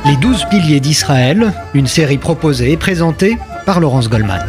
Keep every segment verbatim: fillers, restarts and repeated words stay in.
Les douze piliers d'Israël, une série proposée et présentée par Laurence Goldman.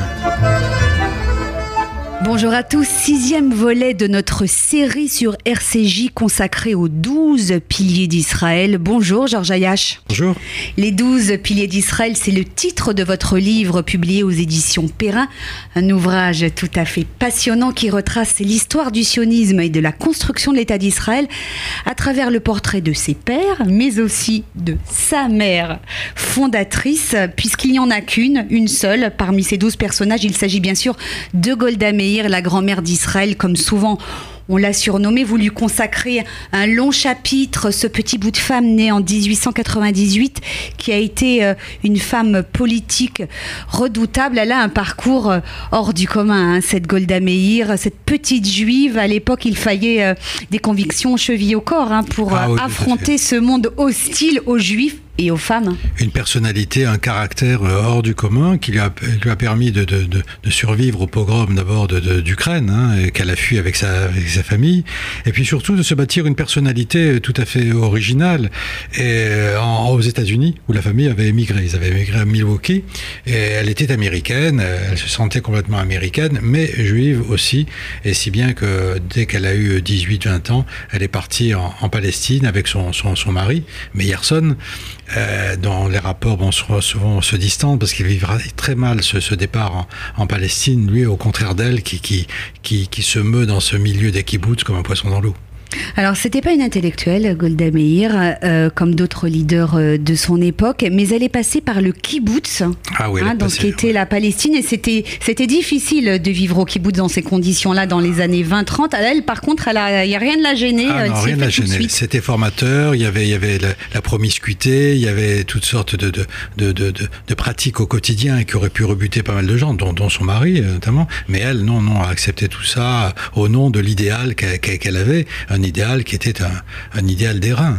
Bonjour à tous, sixième volet de notre série sur R C J consacrée aux douze piliers d'Israël. Bonjour Georges Ayache. Bonjour. Les douze piliers d'Israël, c'est le titre de votre livre publié aux éditions Perrin. Un ouvrage tout à fait passionnant qui retrace l'histoire du sionisme et de la construction de l'État d'Israël à travers le portrait de ses pères, mais aussi de sa mère fondatrice, puisqu'il n'y en a qu'une, une seule parmi ces douze personnages. Il s'agit bien sûr de Golda Meir, la grand-mère d'Israël, comme souvent on l'a surnommée. Vous lui consacrez un long chapitre, ce petit bout de femme née en dix-huit cent quatre-vingt-dix-huit, qui a été une femme politique redoutable. Elle a un parcours hors du commun, hein, cette Golda Meir, cette petite juive. À l'époque, il fallait des convictions chevillées au corps hein, pour ah, oui, affronter ce monde hostile aux juifs et aux femmes. Une personnalité, un caractère hors du commun qui lui a, lui a permis de, de, de, de survivre au pogrom d'abord de, de, d'Ukraine, hein, qu'elle a fui avec sa, avec sa famille, et puis surtout de se bâtir une personnalité tout à fait originale et en, aux États-Unis, où la famille avait émigré. Ils avaient émigré à Milwaukee, et elle était américaine, elle se sentait complètement américaine, mais juive aussi, et si bien que dès qu'elle a eu dix-huit vingt ans, elle est partie en, en Palestine avec son, son, son mari, Meyerson, Euh, dont les rapports bon, souvent se distendent parce qu'il vivra très mal ce, ce départ en, en Palestine, lui au contraire d'elle qui, qui, qui, qui se meut dans ce milieu des kibboutz comme un poisson dans l'eau. Alors, c'était pas une intellectuelle, Golda Meir, euh, comme d'autres leaders euh, de son époque, mais elle est passée par le kibbutz, ah oui, hein, donc, qui était ouais. la Palestine, et c'était, c'était difficile de vivre au kibbutz dans ces conditions-là dans les années vingt trente. Elle, par contre, il n'y a rien de la gêner. Ah non, rien de la gêner. C'était formateur, il y avait, il y avait la, la promiscuité, il y avait toutes sortes de, de, de, de, de, de pratiques au quotidien qui auraient pu rebuter pas mal de gens, dont, dont son mari notamment. Mais elle, non, non, a accepté tout ça au nom de l'idéal qu'elle, qu'elle avait, un idéal qui était un, un idéal d'airain.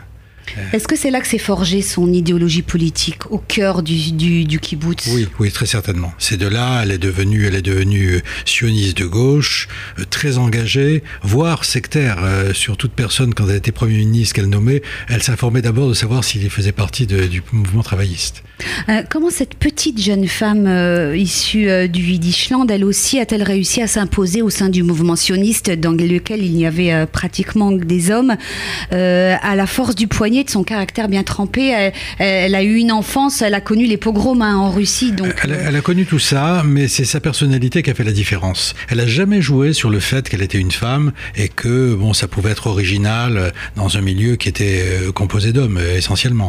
Est-ce que c'est là que s'est forgée son idéologie politique, au cœur du, du, du kibbutz ? Oui, oui, très certainement. C'est de là, elle est devenue, elle est devenue sioniste de gauche, très engagée, voire sectaire. Euh, sur toute personne, quand elle était Premier ministre, qu'elle nommait, elle s'informait d'abord de savoir s'il faisait partie de, du mouvement travailliste. Euh, comment cette petite jeune femme euh, issue euh, du Yiddishland, elle aussi, a-t-elle réussi à s'imposer au sein du mouvement sioniste dans lequel il y avait euh, pratiquement des hommes, euh, à la force du poignet de son caractère bien trempé? Elle, elle a eu une enfance, elle a connu les pogroms hein, en Russie. Donc, elle, euh... elle a connu tout ça, mais c'est sa personnalité qui a fait la différence. Elle n'a jamais joué sur le fait qu'elle était une femme et que bon, ça pouvait être original dans un milieu qui était euh, composé d'hommes essentiellement.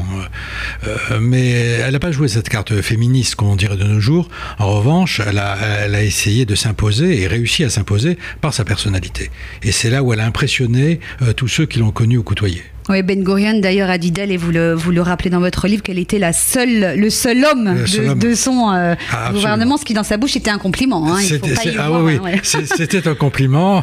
Euh, mais elle n'a pas joué cette carte féministe, comme on dirait de nos jours. En revanche, elle a, elle a essayé de s'imposer et réussi à s'imposer par sa personnalité. Et c'est là où elle a impressionné euh, tous ceux qui l'ont connue ou côtoyée. Oui, Ben Gurion d'ailleurs a dit d'elle, et vous le, vous le rappelez dans votre livre, qu'elle était la seule, le seul homme, le seul de, homme. de son euh, ah, gouvernement, ce qui dans sa bouche était un compliment. Hein, c'était, il faut pas y ah voir, oui, hein, ouais. C'était un compliment,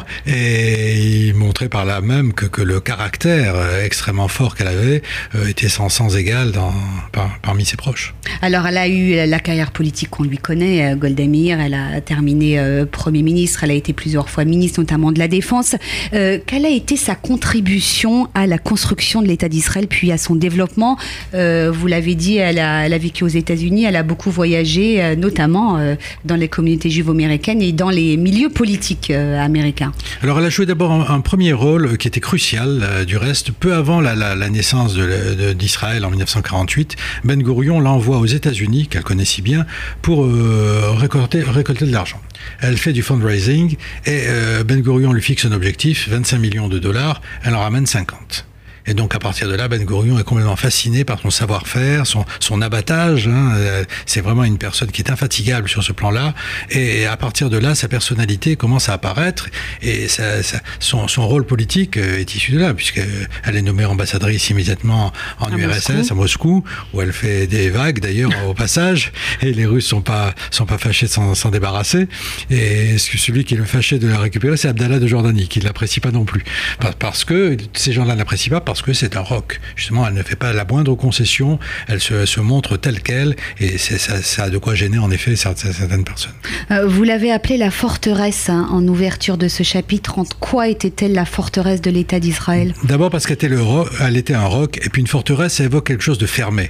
et il montrait par là même que, que le caractère extrêmement fort qu'elle avait euh, était sans, sans égal dans, par, parmi ses proches. Alors elle a eu la carrière politique qu'on lui connaît, Golda Meir, elle a terminé euh, Premier ministre, elle a été plusieurs fois ministre, notamment de la Défense. Euh, quelle a été sa contribution à la construction de l'État d'Israël, puis à son développement? euh, Vous l'avez dit, elle a, elle a vécu aux États-Unis, elle a beaucoup voyagé, euh, notamment euh, dans les communautés juives américaines et dans les milieux politiques euh, américains. Alors elle a joué d'abord un, un premier rôle qui était crucial, euh, du reste, peu avant la, la, la naissance de, de, d'Israël en dix-neuf cent quarante-huit. Ben Gurion l'envoie aux États-Unis, qu'elle connaît si bien, pour euh, récolter, récolter de l'argent. Elle fait du fundraising et euh, Ben Gurion lui fixe un objectif, vingt-cinq millions de dollars, elle en ramène cinquante. Et donc à partir de là, Ben Gurion est complètement fasciné par son savoir-faire, son, son abattage. Hein. C'est vraiment une personne qui est infatigable sur ce plan-là. Et à partir de là, sa personnalité commence à apparaître. Et ça, ça, son, son rôle politique est issu de là, puisqu'elle est nommée ambassadrice immédiatement en à U R S S, Moscou. à Moscou, où elle fait des vagues d'ailleurs au passage. Et les Russes sont pas, sont pas fâchés de s'en, s'en débarrasser. Et celui qui est le fâché de la récupérer, c'est Abdallah de Jordanie, qui ne l'apprécie pas non plus. Parce que ces gens-là ne l'apprécient pas, parce que c'est un roc. Justement, elle ne fait pas la moindre concession, elle se, elle se montre telle qu'elle, et c'est, ça, ça a de quoi gêner en effet certaines personnes. Euh, vous l'avez appelée la forteresse hein, en ouverture de ce chapitre. En quoi était-elle la forteresse de l'État d'Israël ? D'abord parce qu'elle était, le roc, elle était un roc, et puis une forteresse, ça évoque quelque chose de fermé.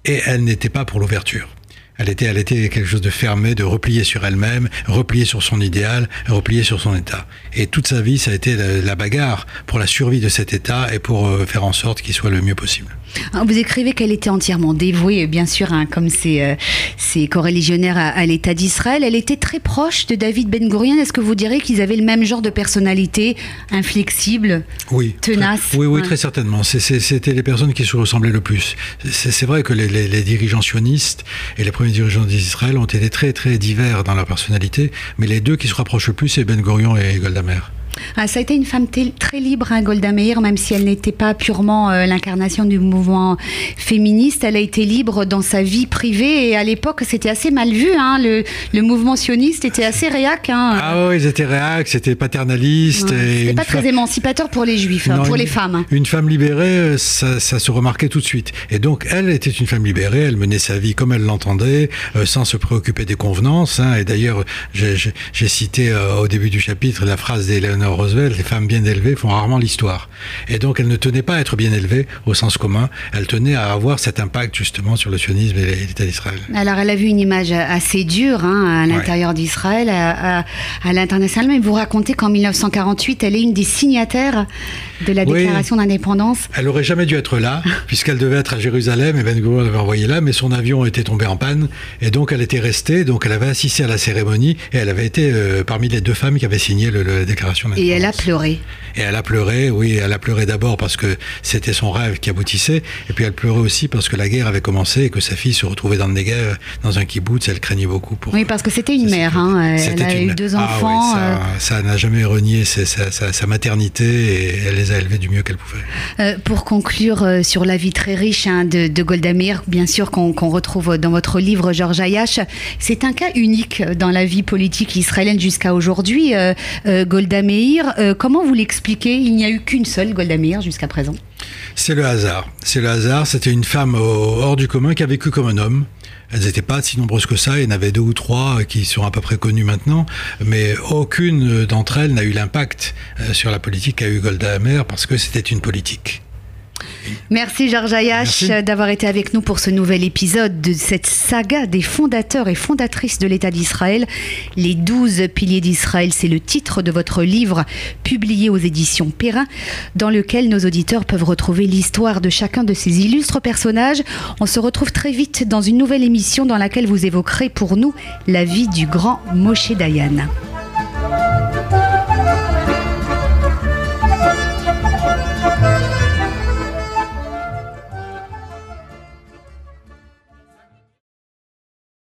et elle n'était pas pour l'ouverture. Elle était, elle était quelque chose de fermé, de replié sur elle-même, replié sur son idéal, replié sur son État. Et toute sa vie, ça a été la, la bagarre pour la survie de cet État et pour euh, faire en sorte qu'il soit le mieux possible. Vous écrivez qu'elle était entièrement dévouée, bien sûr, hein, comme ses, euh, ses coreligionnaires à, à l'État d'Israël. Elle était très proche de David Ben Gourion. Est-ce que vous direz qu'ils avaient le même genre de personnalité, inflexible, oui, tenace? Très, oui, oui, ouais. Très certainement. C'est, c'est, c'était les personnes qui se ressemblaient le plus. C'est, c'est vrai que les, les, les dirigeants sionistes et les premiers dirigeants d'Israël ont été très, très divers dans leur personnalité, mais les deux qui se rapprochent le plus, c'est Ben Gourion et Golda Meir. Ah, ça a été une femme t- très libre, hein, Golda Meir, même si elle n'était pas purement euh, l'incarnation du mouvement féministe. Elle a été libre dans sa vie privée et à l'époque, c'était assez mal vu. Hein, le, le mouvement sioniste était assez réac. Hein. Ah oui, ils étaient réacs, c'était paternaliste. Ouais, c'était pas fa... très émancipateur pour les juifs, non, pour une, les femmes. Hein. Une femme libérée, ça, ça se remarquait tout de suite. Et donc, elle était une femme libérée, elle menait sa vie comme elle l'entendait, euh, sans se préoccuper des convenances. Hein. Et d'ailleurs, j'ai, j'ai, j'ai cité euh, au début du chapitre la phrase d'Eleanor Roosevelt, les femmes bien élevées font rarement l'histoire. Et donc elle ne tenait pas à être bien élevée au sens commun, elle tenait à avoir cet impact justement sur le sionisme et l'État d'Israël. Alors elle a vu une image assez dure hein, à l'intérieur ouais. d'Israël, à, à, à l'international, mais vous racontez qu'en dix-neuf cent quarante-huit, elle est une des signataires de la déclaration oui. d'indépendance. Elle aurait jamais dû être là, puisqu'elle devait être à Jérusalem et Ben Gourion l'avait envoyée là, mais son avion était tombé en panne et donc elle était restée, donc elle avait assisté à la cérémonie et elle avait été euh, parmi les deux femmes qui avaient signé le, le, la déclaration d'indépendance. Et elle a pleuré. Et elle a pleuré, oui, elle a pleuré d'abord parce que c'était son rêve qui aboutissait, et puis elle pleurait aussi parce que la guerre avait commencé et que sa fille se retrouvait dans le Negev, dans un kibboutz, elle craignait beaucoup. Pour oui, parce que c'était une mère, hein. Elle a eu mère. deux enfants. Ah, oui, ça, euh... ça n'a jamais renié sa, sa, sa, sa maternité et elle les a élevés du mieux qu'elle pouvait. Euh, pour conclure euh, sur la vie très riche hein, de, de Golda Meir, bien sûr qu'on, qu'on retrouve dans votre livre Georges Hayash, c'est un cas unique dans la vie politique israélienne jusqu'à aujourd'hui. Euh, euh, Golda Meir, euh, comment vous l'expliquez? Il n'y a eu qu'une seule Golda Meir jusqu'à présent. C'est le hasard. C'est le hasard. C'était une femme hors du commun qui a vécu comme un homme. Elles n'étaient pas si nombreuses que ça. Il y en avait deux ou trois qui sont à peu près connues maintenant. Mais aucune d'entre elles n'a eu l'impact sur la politique qu'a eu Golda Meir parce que c'était une politique. Merci Georges Hayash d'avoir été avec nous pour ce nouvel épisode de cette saga des fondateurs et fondatrices de l'État d'Israël. Les douze piliers d'Israël, c'est le titre de votre livre publié aux éditions Perrin, dans lequel nos auditeurs peuvent retrouver l'histoire de chacun de ces illustres personnages. On se retrouve très vite dans une nouvelle émission dans laquelle vous évoquerez pour nous la vie du grand Moshe Dayan.